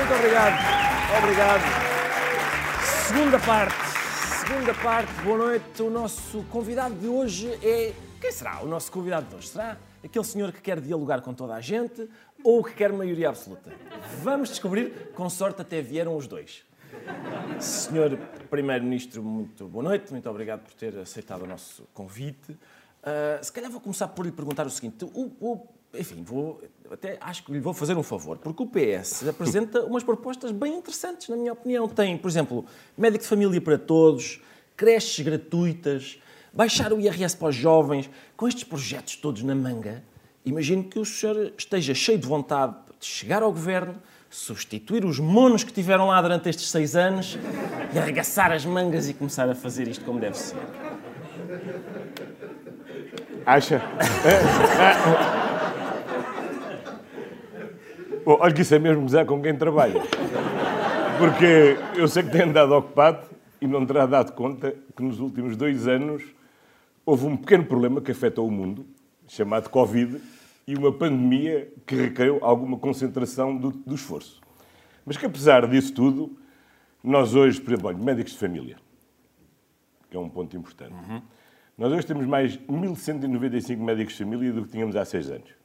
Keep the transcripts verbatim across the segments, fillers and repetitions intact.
Muito obrigado. Obrigado. Segunda parte. Segunda parte. Boa noite. O nosso convidado de hoje é... Quem será o nosso convidado de hoje? Será aquele senhor que quer dialogar com toda a gente ou que quer maioria absoluta? Vamos descobrir. Com sorte até vieram os dois. senhor Primeiro-Ministro, muito boa noite. Muito obrigado por ter aceitado o nosso convite. Uh, se calhar vou começar por lhe perguntar o seguinte. O, o, enfim, vou, até acho que lhe vou fazer um favor, porque o P S apresenta umas propostas bem interessantes, na minha opinião. Tem, por exemplo, médico de família para todos, creches gratuitas, baixar o I R S para os jovens. Com estes projetos todos na manga, imagino que o senhor esteja cheio de vontade de chegar ao governo, substituir os monos que tiveram lá durante estes seis anos e arregaçar as mangas e começar a fazer isto como deve ser. Acha? Bom, olha que isso é mesmo gozar com quem trabalha. Porque eu sei que tem andado ocupado e não terá dado conta que nos últimos dois anos houve um pequeno problema que afetou o mundo, chamado Covid, e uma pandemia que requeriu alguma concentração do, do esforço. Mas que, apesar disso tudo, nós hoje, por exemplo, olha, médicos de família, que é um ponto importante. Uhum. Nós hoje temos mais mil cento e noventa e cinco médicos de família do que tínhamos há seis anos.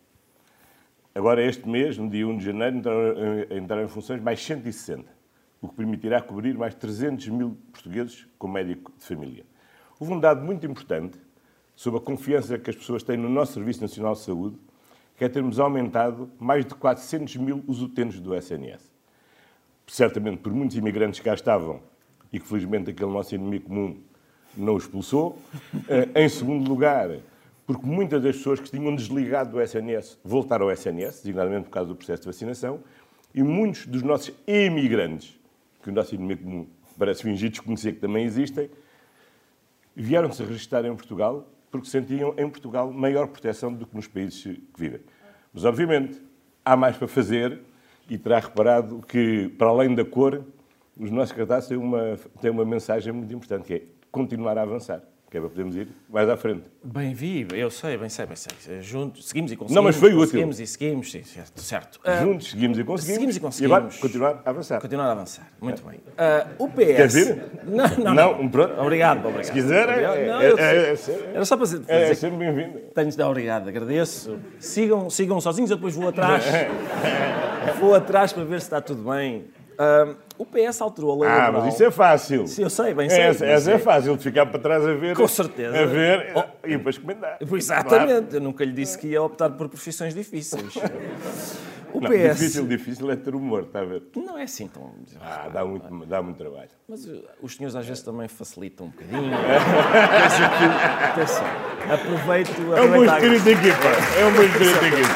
Agora, este mês, no dia primeiro de janeiro, entraram, entraram em funções mais cento e sessenta, o que permitirá cobrir mais trezentos mil portugueses com médico de família. Houve um dado muito importante sobre a confiança que as pessoas têm no nosso Serviço Nacional de Saúde, que é termos aumentado mais de quatrocentos mil os utentes do S N S. Certamente por muitos imigrantes que cá estavam e que, felizmente, aquele nosso inimigo comum não o expulsou. Em segundo lugar, porque muitas das pessoas que tinham desligado do S N S voltaram ao S N S, designadamente por causa do processo de vacinação, e muitos dos nossos imigrantes, que o nosso inimigo comum parece fingir desconhecer que também existem, vieram-se registrar em Portugal porque sentiam em Portugal maior proteção do que nos países que vivem. Mas, obviamente, há mais para fazer e terá reparado que, para além da cor, os nossos cartazes têm uma, têm uma mensagem muito importante, que é continuar a avançar, que é para podermos ir mais à frente. Bem vi, eu sei, bem sei, bem sei. Juntos, seguimos e conseguimos. Não, mas foi útil. Seguimos e seguimos, sim, certo. certo. Juntos, uh, seguimos e conseguimos. Seguimos e conseguimos. E agora, continuar a avançar. Continuar a avançar, muito é. bem. Uh, o P S... Quer vir? Não, não, não. não. Pronto. Obrigado, obrigado. Se quiser, é, não, é, eu, é, é, é, era só para dizer... É, é sempre bem-vindo. Tenho de dar obrigado, agradeço. Sigam, sigam sozinhos, eu depois vou atrás. Vou atrás para ver se está tudo bem. Uh, o P S alterou a lei Ah, laboral. mas isso é fácil. Sim, eu sei, bem sei. Essa, essa é fácil, de ficar para trás a ver. Com certeza. A ver oh. e depois comentar. Exatamente. Claro. Eu nunca lhe disse que ia optar por profissões difíceis. O não, P S... Difícil, difícil é ter humor, está a ver? Não é assim tão... Ah, dá muito, dá muito trabalho. Mas uh, os senhores às vezes também facilitam um bocadinho. Atenção. Aproveito... É um bom espírito de equipa. É um bom espírito de equipa.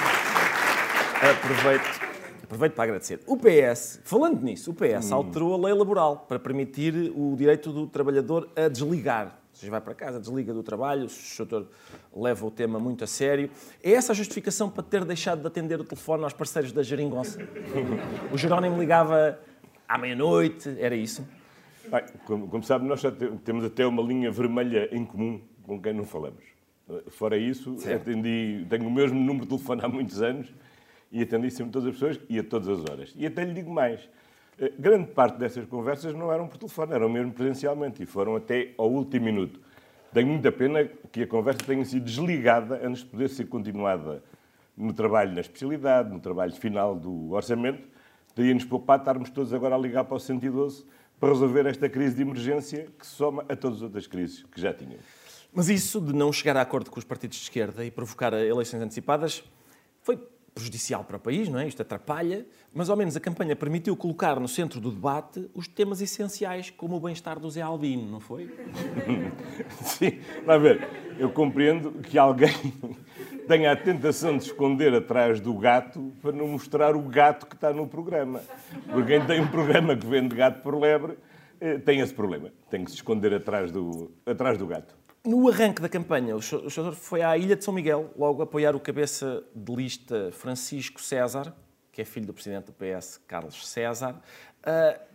Aproveito... Aproveito para agradecer. O P S, falando nisso, o P S hum. alterou a lei laboral para permitir o direito do trabalhador a desligar. Ou seja, vai para casa, desliga do trabalho, o senhor leva o tema muito a sério. É essa a justificação para ter deixado de atender o telefone aos parceiros da geringonça? O Jerónimo ligava à meia-noite, era isso? Bem, como, como sabe, nós já temos até uma linha vermelha em comum com quem não falamos. Fora isso, atendi, tenho o mesmo número de telefone há muitos anos, e atendi sempre todas as pessoas e a todas as horas. E até lhe digo mais, grande parte dessas conversas não eram por telefone, eram mesmo presencialmente e foram até ao último minuto. Tenho muita pena que a conversa tenha sido desligada antes de poder ser continuada no trabalho na especialidade, no trabalho final do orçamento. Teria-nos poupado estarmos todos agora a ligar para o cento e doze para resolver esta crise de emergência que se soma a todas as outras crises que já tínhamos. Mas isso de não chegar a acordo com os partidos de esquerda e provocar eleições antecipadas foi prejudicial para o país, não é? Isto atrapalha, mas ao menos a campanha permitiu colocar no centro do debate os temas essenciais, como o bem-estar do Zé Albino, não foi? Sim, vai ver, eu compreendo que alguém tenha a tentação de esconder atrás do gato para não mostrar o gato que está no programa. Porque quem tem um programa que vende gato por lebre tem esse problema, tem que se esconder atrás do, atrás do gato. No arranque da campanha, o senhor foi à Ilha de São Miguel, logo apoiar o cabeça de lista Francisco César, que é filho do presidente do P S, Carlos César. Uh,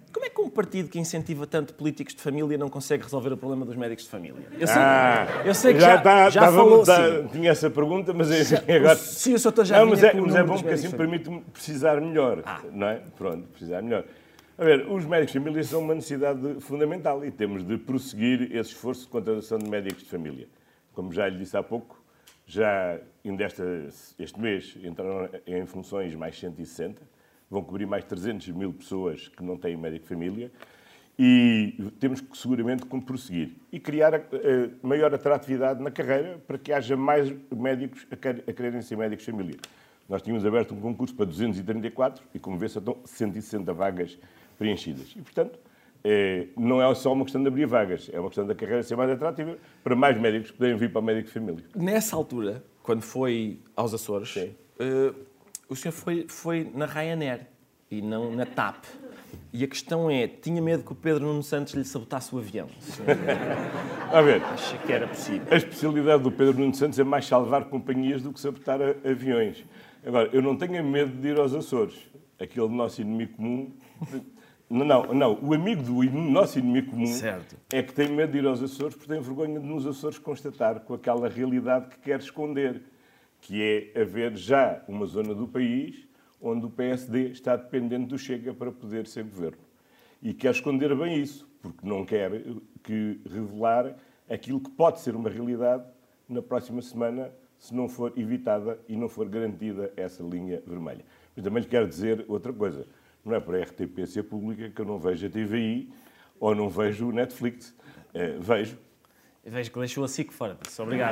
Como é que um partido que incentiva tanto políticos de família não consegue resolver o problema dos médicos de família? Eu sei, Ah, eu sei que já, já, tá, já tá, falou tá, assim. Tinha essa pergunta, mas é, Já, agora... Sim, o senhor já Não, mas vinha é, com o mas é número bom dos porque assim médicos de família. permite-me precisar melhor, Ah. não é? Pronto, precisar melhor. A ver, os médicos de família são uma necessidade fundamental e temos de prosseguir esse esforço de contratação de médicos de família. Como já lhe disse há pouco, já ainda esta, este mês entraram em funções mais cento e sessenta, vão cobrir mais trezentas mil pessoas que não têm médico de família e temos que seguramente prosseguir e criar a, a maior atratividade na carreira para que haja mais médicos a, quer, a quererem ser médicos de família. Nós tínhamos aberto um concurso para duzentos e trinta e quatro e, como vê-se, estão cento e sessenta vagas preenchidas. E, portanto, é, não é só uma questão de abrir vagas, é uma questão da carreira ser mais atrativa para mais médicos poderem vir para o médico de família. Nessa altura, quando foi aos Açores, uh, o senhor foi, foi na Ryanair e não na TAP. E a questão é, tinha medo que o Pedro Nuno Santos lhe sabotasse o avião? A ver, Acho que era possível. a especialidade do Pedro Nuno Santos é mais salvar companhias do que sabotar a- aviões. Agora, eu não tenho medo de ir aos Açores. Aquele nosso inimigo comum... Não, não, não. O amigo do nosso inimigo comum Certo. é que tem medo de ir aos Açores porque tem vergonha de nos Açores constatar com aquela realidade que quer esconder, que é haver já uma zona do país onde o P S D está dependente do Chega para poder ser governo. E quer esconder bem isso, porque não quer que revelar aquilo que pode ser uma realidade na próxima semana, se não for evitada e não for garantida essa linha vermelha. Mas também lhe quero dizer outra coisa. Não é para a R T P ser pública que eu não vejo a T V I ou não vejo o Netflix. É, vejo. Eu vejo que deixou a SIC fora. Só obrigado.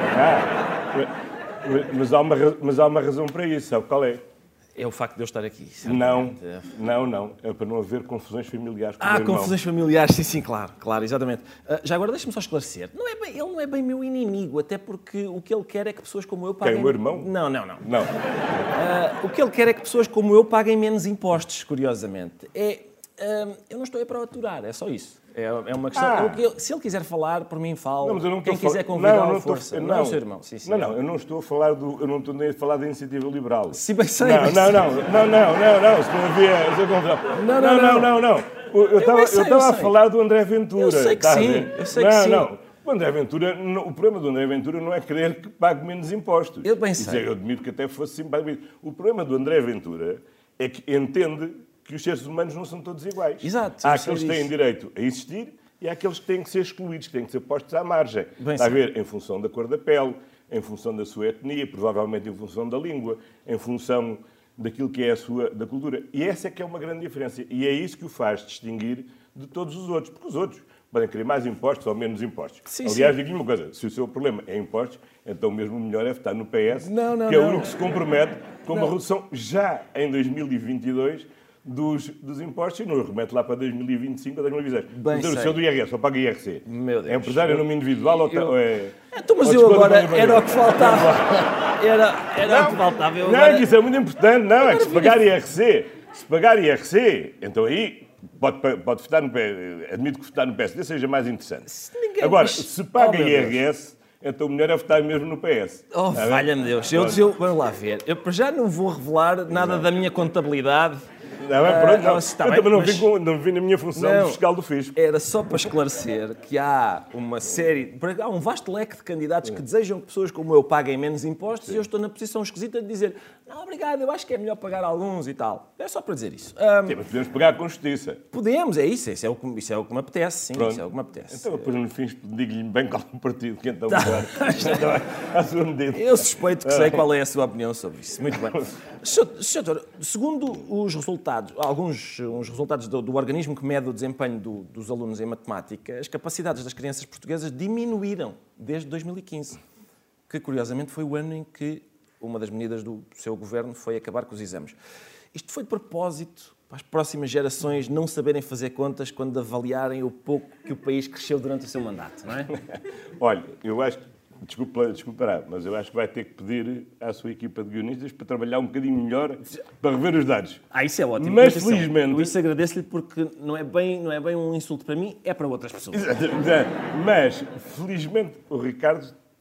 Ah, mas, há uma, ra- mas há uma razão para isso. Sabe qual é? É o facto de eu estar aqui. Não, certamente. não, não. É para não haver confusões familiares com o Ah, meu irmão. confusões familiares, sim, sim, claro, claro, exatamente. Ah, já agora deixa-me só esclarecer. Não é bem, ele não é bem meu inimigo, até porque o que ele quer é que pessoas como eu paguem... Quem, o meu irmão? Não, não, não. Não. Ah, o que ele quer é que pessoas como eu paguem menos impostos, curiosamente. É, ah, eu não estou aí para o aturar, é só isso. É, é uma questão... Ah. é o que ele- se ele quiser falar, por mim fala. Não, mas eu não Quem estou a quiser falar- convidá-lo, não, não estou- força. não. Não, é o seu irmão. Sim, sim. Não, não, eu não estou a falar do, eu não estou nem a falar da iniciativa liberal. Se bem sei, Não, bem não, sei. não, não, não, não, não, se não havia... se eu confusão. Não, não, não, não. não, não. Eu estava bem sei, eu estava eu a sei. falar do André Ventura. Eu sei que está a sim, ver? eu sei não, que sim. Não, o André Ventura, não- o problema do André Ventura não é querer que pague menos impostos. Eu bem Isso sei. é, eu admito que até fosse simpático. O problema do André Ventura é que entende que os seres humanos não são todos iguais. Exato, Há eu sei aqueles que têm disso. direito a existir e há aqueles que têm que ser excluídos, que têm que ser postos à margem. Bem Está a sei. ver? Em função da cor da pele, em função da sua etnia, provavelmente em função da língua, em função daquilo que é a sua da cultura. E essa é que é uma grande diferença. E é isso que o faz distinguir de todos os outros. Porque os outros podem querer mais impostos ou menos impostos. Sim, Aliás, sim. digo-lhe uma coisa. Se o seu problema é impostos, então mesmo o melhor é votar no P S, Não, não, que é o não. único que se compromete com uma Não. redução já em dois mil e vinte e dois dos, dos impostos e não remete lá para dois mil e vinte e cinco ou dois mil e vinte e seis. Bem Então, o sei. seu do I R S, só paga I R C. Meu Deus. É empresário, é nome individual ou, Eu- ou é... Então, mas ou eu desconto agora do era o banheiro? que faltava. Era, era o que faltava. Eu Não, agora... é que isso é muito importante. Não, é que se Agora pagar I R C, se pagar I R C, então aí pode, pode votar no P S, admito que votar no P S D seja mais interessante. Se ninguém- Agora, mas- se paga Oh, meu I R S, então o melhor é votar mesmo no P S. Oh, Está bem? valha-me Deus. Eu, eu, vamos lá ver. Eu para já não vou revelar nada da minha contabilidade. Não, é, pronto, não. Ah, está eu bem, também não, mas- vim com- não vim na minha função Não. de fiscal do fisco. Era só para esclarecer que há uma série... Há um vasto leque de candidatos que desejam que pessoas como eu paguem menos impostos e eu estou na posição esquisita de dizer não, obrigado, eu acho que é melhor pagar alguns e tal. É só para dizer isso. Ahm, Sim, mas podemos pagar com justiça. podemos, é isso. Isso é o que, isso é o que me apetece, sim. Pronto. Isso é o que me apetece. Então, depois no fim, digo-lhe bem qual é o partido que então Tá. melhor. Então, à sua medida. Eu suspeito que sei qual é a sua opinião sobre isso. Muito bem. senhor Doutor, segundo os resultados, alguns uns resultados do, do organismo que mede o desempenho do- dos alunos em matemática, as capacidades das crianças portuguesas diminuíram desde dois mil e quinze, que curiosamente foi o ano em que uma das medidas do seu governo foi acabar com os exames. Isto foi de propósito para as próximas gerações não saberem fazer contas quando avaliarem o pouco que o país cresceu durante o seu mandato, não é? Olha, eu acho que, desculpa, desculpará, mas eu acho que vai ter que pedir à sua equipa de guionistas para trabalhar um bocadinho melhor para rever os dados. Ah, isso é ótimo. Mas, Atenção, felizmente- eu isso agradeço-lhe porque não é, bem, não é bem um insulto para mim, é para outras pessoas. Exato. Mas, felizmente, o Ricardo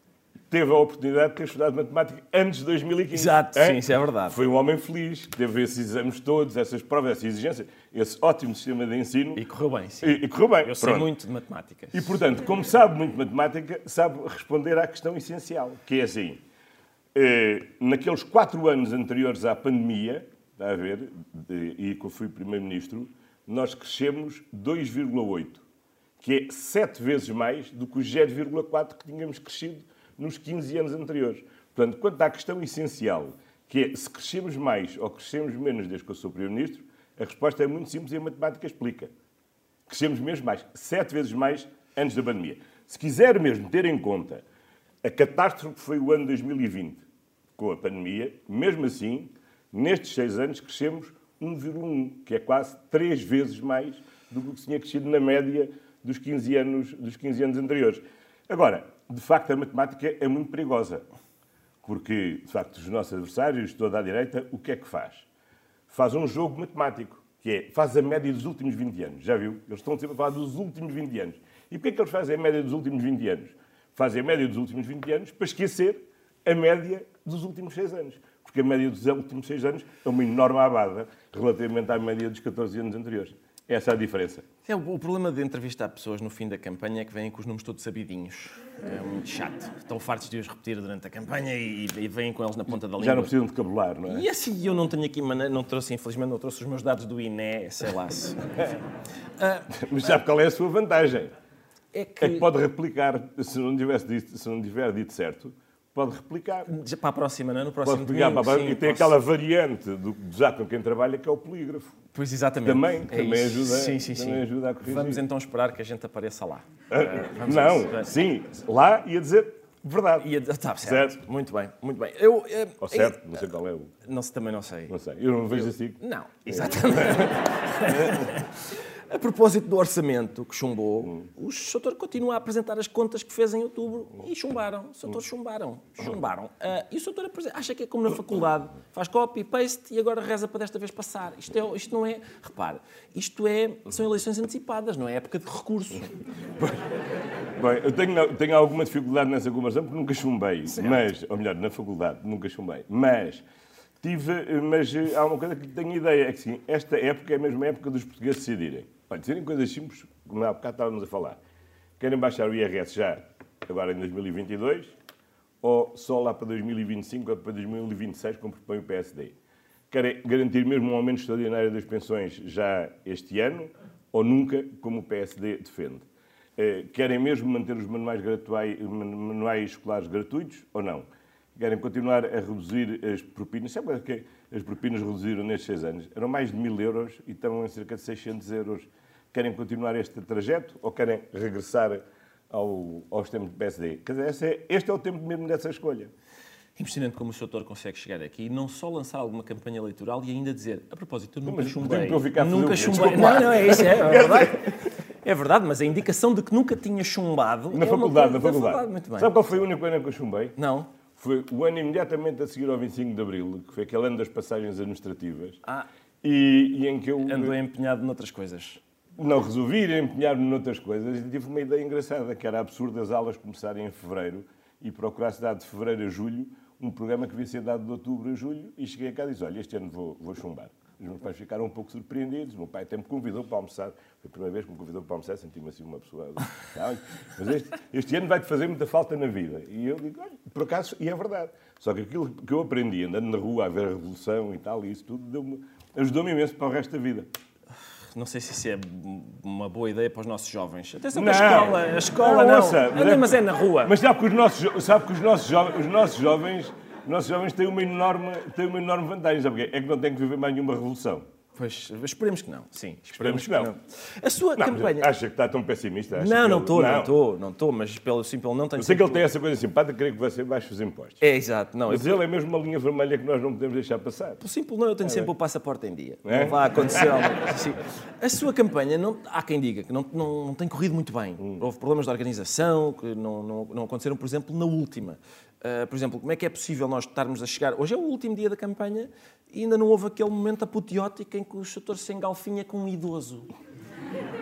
teve a oportunidade de ter estudado matemática antes de dois mil e quinze. Exato, é? sim, isso é verdade. Foi um homem feliz, teve esses exames todos, essas provas, essa exigência, esse ótimo sistema de ensino. E correu bem, sim. E, e correu bem. Eu sei Pronto. muito de matemática. E, portanto, como sabe muito de matemática, sabe responder à questão essencial, que é assim, eh, naqueles quatro anos anteriores à pandemia, está a ver, de, e que eu fui Primeiro-Ministro, nós crescemos dois vírgula oito, que é sete vezes mais do que os zero vírgula quatro que tínhamos crescido nos quinze anos anteriores. Portanto, quanto à questão essencial, que é se crescemos mais ou crescemos menos desde que eu sou Primeiro-Ministro, a resposta é muito simples e a matemática explica. Crescemos mesmo mais, sete vezes mais antes da pandemia. Se quiser mesmo ter em conta a catástrofe que foi o ano dois mil e vinte, com a pandemia, mesmo assim, nestes seis anos crescemos um vírgula um, que é quase três vezes mais do que tinha crescido na média dos quinze anos, dos quinze anos anteriores. Agora, de facto, a matemática é muito perigosa, porque, de facto, os nossos adversários, toda a direita, o que é que faz? Faz um jogo matemático, que é, faz a média dos últimos vinte anos. Já viu? Eles estão sempre a falar dos últimos vinte anos. E porquê é que eles fazem a média dos últimos vinte anos? Fazem a média dos últimos vinte anos para esquecer a média dos últimos seis anos. Porque a média dos últimos seis anos é uma enorme abada relativamente à média dos catorze anos anteriores. Essa é a diferença. É, o problema de entrevistar pessoas no fim da campanha é que vêm com os números todos sabidinhos. É muito chato. Estão fartos de os repetir durante a campanha e, e vêm com eles na ponta da língua. Já não precisam de cabelar, não é? E assim, eu não tenho aqui maneira, não trouxe, infelizmente, não trouxe os meus dados do I N E, sei lá se... uh, Mas sabe qual é a sua vantagem? É que... é que pode replicar, se não, tivesse dito, se não tiver dito certo, pode replicar. Já para a próxima, não é? No próximo Pode replicar domingo, para a... sim, E tem posso... aquela variante do, do já com quem trabalha, que é o polígrafo. Pois, exatamente. Também, é também, isso. ajuda, sim, sim, também sim. ajuda a corrigir. Vamos então esperar que a gente apareça lá. Uh, não, sim, lá ia dizer verdade. Ia... Tá, certo. certo. Muito bem, muito bem. Eu, eu, Ou certo, eu, não sei qual é o... Não sei, também não sei. Não sei, eu não vejo eu... assim. Não, exatamente. A propósito do orçamento que chumbou, hum. o doutor continua a apresentar as contas que fez em outubro e chumbaram. O doutor chumbaram. Chumbaram. Uh, e o doutor acha que é como na faculdade, faz copy, paste e agora reza para desta vez passar. Isto, é, isto não é... Repare, isto é, são eleições antecipadas, não é época de recurso. Bem, eu tenho, tenho alguma dificuldade nessa conversão porque nunca chumbei. Certo. Mas, ou melhor, na faculdade, nunca chumbei. Mas... Tive, mas há uma coisa que tenho ideia, é que sim, esta época é a mesma época dos portugueses decidirem. Olha, decidirem coisas simples, como há bocado estávamos a falar. Querem baixar o I R S já, agora em dois mil e vinte e dois, ou só lá para dois mil e vinte e cinco ou para dois mil e vinte e seis, como propõe o P S D? Querem garantir mesmo um aumento extraordinário das pensões já este ano, ou nunca, como o P S D defende? Querem mesmo manter os manuais, manuais escolares gratuitos, ou não? Querem continuar a reduzir as propinas. Sabe o que as propinas reduziram nestes seis anos? Eram mais de mil euros e estão em cerca de seiscentos euros. Querem continuar este trajeto ou querem regressar ao, aos tempos do P S D? Quer dizer, esse é, este é o tempo mesmo dessa escolha. É impressionante como o senhor doutor consegue chegar aqui e não só lançar alguma campanha eleitoral e ainda dizer, a propósito, eu nunca mas chumbei. Eu ficar nunca chumbei. Não, não, é isso, é, é verdade. É verdade, mas a indicação de que nunca tinha chumbado... Na é faculdade, uma... na faculdade. faculdade. Muito bem. Sabe qual foi o único ano que eu chumbei? Não. Foi o ano imediatamente a seguir ao vinte e cinco de Abril, que foi aquele ano das passagens administrativas, ah, e, e em que eu... Andou empenhado noutras coisas. Não resolvi ir empenhar-me noutras coisas e tive uma ideia engraçada, que era absurdo as aulas começarem em fevereiro e procurar-se dar de fevereiro a julho um programa que devia ser dado de outubro a julho, e cheguei a casa e disse, olha, este ano vou, vou chumbar. Os meus pais ficaram um pouco surpreendidos. O meu pai até me convidou para almoçar. Foi a primeira vez que me convidou para almoçar. Senti-me assim uma pessoa... Mas este, este ano vai-te fazer muita falta na vida. E eu digo, olha, por acaso, e é verdade. Só que aquilo que eu aprendi, andando na rua a ver a revolução e tal, e isso tudo, deu-me, ajudou-me imenso para o resto da vida. Não sei se isso é uma boa ideia para os nossos jovens. Atenção não, para a escola. A escola não. não. Ouça, mas, é, mas é na rua. Mas sabe que os nossos, sabe que os nossos, jo, os nossos jovens... Os nossos jovens têm uma enorme, têm uma enorme vantagem, sabe o quê? É que não têm que viver mais nenhuma revolução. Pois, esperemos que não, sim. Esperemos, esperemos que, não. que não. A sua não, campanha... Acha que está tão pessimista? Não, não ele... estou, não estou, não estou, mas pelo simples não tenho... Eu sei que ele tem essa coisa simpática de querer que você baixe os impostos. É, exato. Não, mas eu... ele é mesmo uma linha vermelha que nós não podemos deixar passar. Por simples não, eu tenho é, sempre bem. o passaporte em dia. É? Não vai acontecer algo assim. A sua campanha, não, há quem diga que não, não, não tem corrido muito bem. Hum. Houve problemas de organização que não, não, não aconteceram, por exemplo, na última. Uh, por exemplo, como é que é possível nós estarmos a chegar... Hoje é o último dia da campanha e ainda não houve aquele momento apoteótico em que o doutor se engalfinha com um idoso.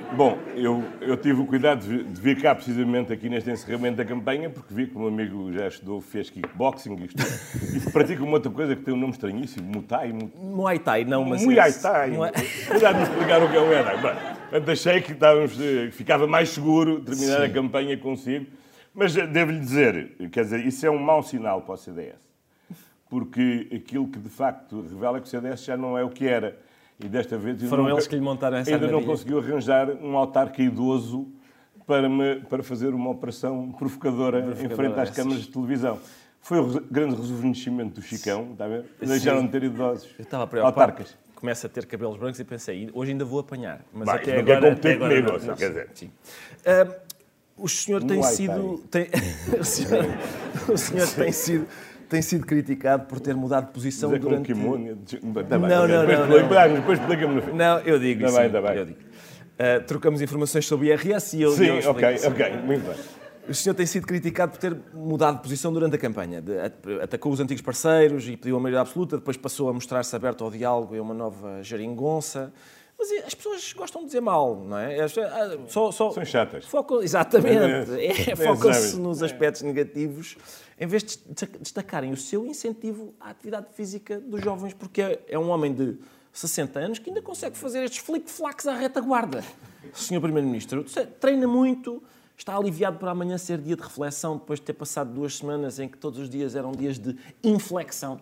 Bom, eu, eu tive o cuidado de, de vir cá precisamente aqui neste encerramento da campanha, porque vi que o meu amigo já estudou, fez kickboxing e, estudou, e pratica uma outra coisa que tem um nome estranhíssimo, Muay Thai. Muay Thai, não, mas... Muay Thai. Muay... Cuidado de me explicar o que é o Muay Thai. Bem, achei que estávamos, ficava mais seguro terminar Sim. a campanha consigo, mas devo-lhe dizer, quer dizer, isso é um mau sinal para o C D S, porque aquilo que de facto revela é que o C D S já não é o que era. E desta vez Foram nunca, eles que lhe montaram essa ainda armadilha. não conseguiu arranjar um autarca idoso para, me, para fazer uma operação provocadora, provocadora em frente às câmaras de televisão. Foi o grande rejuvenescimento do Chicão, está a ver? Deixaram de ter idosos. Eu estava preocupado. Autarcas. Começa a ter cabelos brancos e pensei, hoje ainda vou apanhar. Mas Vai, até não agora, quer competir até agora comigo, não, não, quer dizer. Sim. Uh, o senhor tem Muay sido... Tem, o senhor, o senhor tem sido... tem sido criticado por ter mudado de posição Dizer durante... Com kimono, tá não, não, não, depois, não, depois, depois explica-me no fim. Não, eu digo tá isso. Bem, tá bem. Eu digo. Uh, trocamos informações sobre o I R S e eu... Sim, eu explico, ok, sim. ok, muito bem. O senhor tem sido criticado por ter mudado de posição durante a campanha. De, atacou os antigos parceiros e pediu a maioria absoluta, depois passou a mostrar-se aberto ao diálogo e a uma nova geringonça. Mas as pessoas gostam de dizer mal, não é? Só, só São chatas. Focam, exatamente. É, é, Focam-se nos aspectos negativos, em vez de destacarem o seu incentivo à atividade física dos jovens, porque é, é um homem de sessenta anos que ainda consegue fazer estes flic-flacs à retaguarda. O senhor Primeiro-Ministro treina muito, está aliviado para amanhã ser dia de reflexão, depois de ter passado duas semanas em que todos os dias eram dias de inflexão.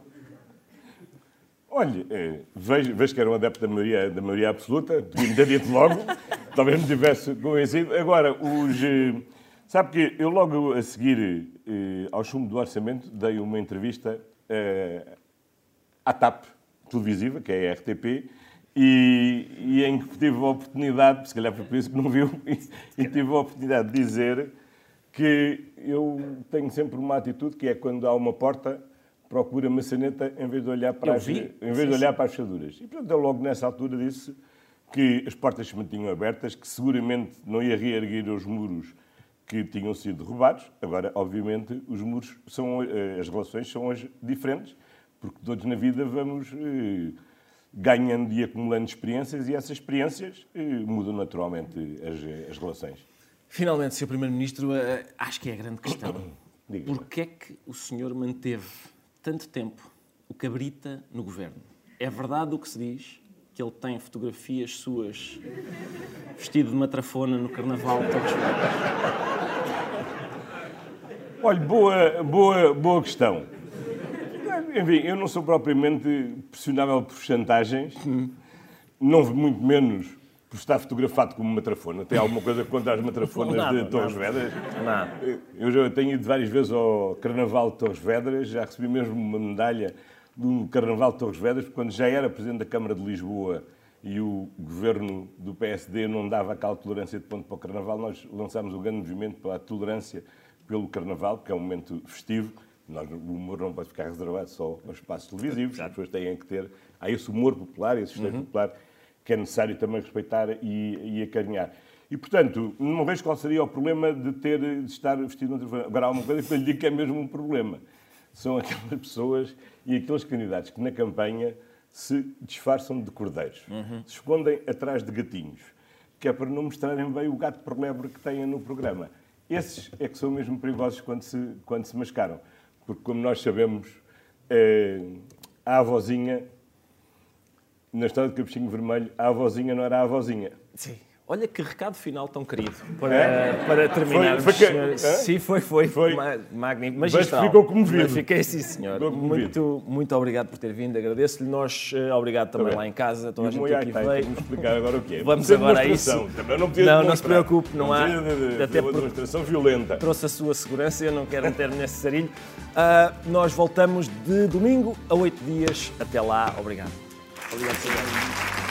Olha, vejo, vejo que era um adepto da maioria, da maioria absoluta, devia-me ter dito logo, talvez me tivesse convencido. Agora, os, sabe que eu logo a seguir ao chumbo do orçamento dei uma entrevista à T A P televisiva, que é a R T P, e, e em que tive a oportunidade, se calhar foi por isso que não viu, e, e tive a oportunidade de dizer que eu tenho sempre uma atitude que é quando há uma porta, procura a maçaneta em vez de olhar para, as, em vez sim, de olhar para as fechaduras. E, portanto, eu logo nessa altura disse que as portas se mantinham abertas, que seguramente não ia reerguer os muros que tinham sido derrubados. Agora, obviamente, os muros são, as relações são hoje diferentes, porque todos na vida vamos eh, ganhando e acumulando experiências e essas experiências eh, mudam naturalmente as, as relações. Finalmente, senhor Primeiro-Ministro, acho que é a grande questão. Diga. Porquê é que o senhor manteve tanto tempo o Cabrita no governo? É verdade o que se diz, que ele tem fotografias suas vestido de matrafona no Carnaval de Torres Vedras? Olha, boa, boa, boa questão. Enfim, eu não sou propriamente pressionável por chantagens, hum. não muito menos por estar fotografado como matrafona. Tem alguma coisa contra as matrafonas nada, de Torres nada. Vedras? Nada. Eu já tenho ido várias vezes ao Carnaval de Torres Vedras, já recebi mesmo uma medalha do Carnaval de Torres Vedras, quando já era Presidente da Câmara de Lisboa e o governo do P S D não dava aquela tolerância de ponto para o Carnaval, nós lançámos o grande movimento pela tolerância pelo Carnaval, que é um momento festivo. Nós, o humor não pode ficar reservado só aos espaços televisivos, as pessoas têm que ter... Há esse humor popular, esse esteio uhum. popular, que é necessário também respeitar e, e acarinhar. E, portanto, não vejo qual seria o problema de, ter, de estar vestido no telefone. Agora, há uma coisa que eu lhe digo que é mesmo um problema. São aquelas pessoas e aqueles candidatos que na campanha se disfarçam de cordeiros, uhum. se escondem atrás de gatinhos, que é para não mostrarem bem o gato por lebre que têm no programa. Esses é que são mesmo perigosos quando se, quando se mascaram. Porque, como nós sabemos, eh, a avózinha, na história do Capuchinho Vermelho, a avózinha não era a avózinha. Sim. Olha que recado final tão querido para, é? para terminarmos. Foi, foi que, é? Sim, foi, foi. foi. Magnífico. Mas ficou comovido. Mas fiquei, sim, senhor. Muito, muito obrigado por ter vindo. Agradeço-lhe. Nós, obrigado também, também lá em casa. Toda a gente aqui veio. Vamos explicar agora o que é. Vamos agora a isso. Também não, não, não se preocupe. Não, não há... De, de, até uma demonstração violenta. Trouxe a sua segurança. Eu não quero meter-me nesse sarilho. Uh, nós voltamos de domingo a oito dias. Até lá. Obrigado. Obrigado, senhor.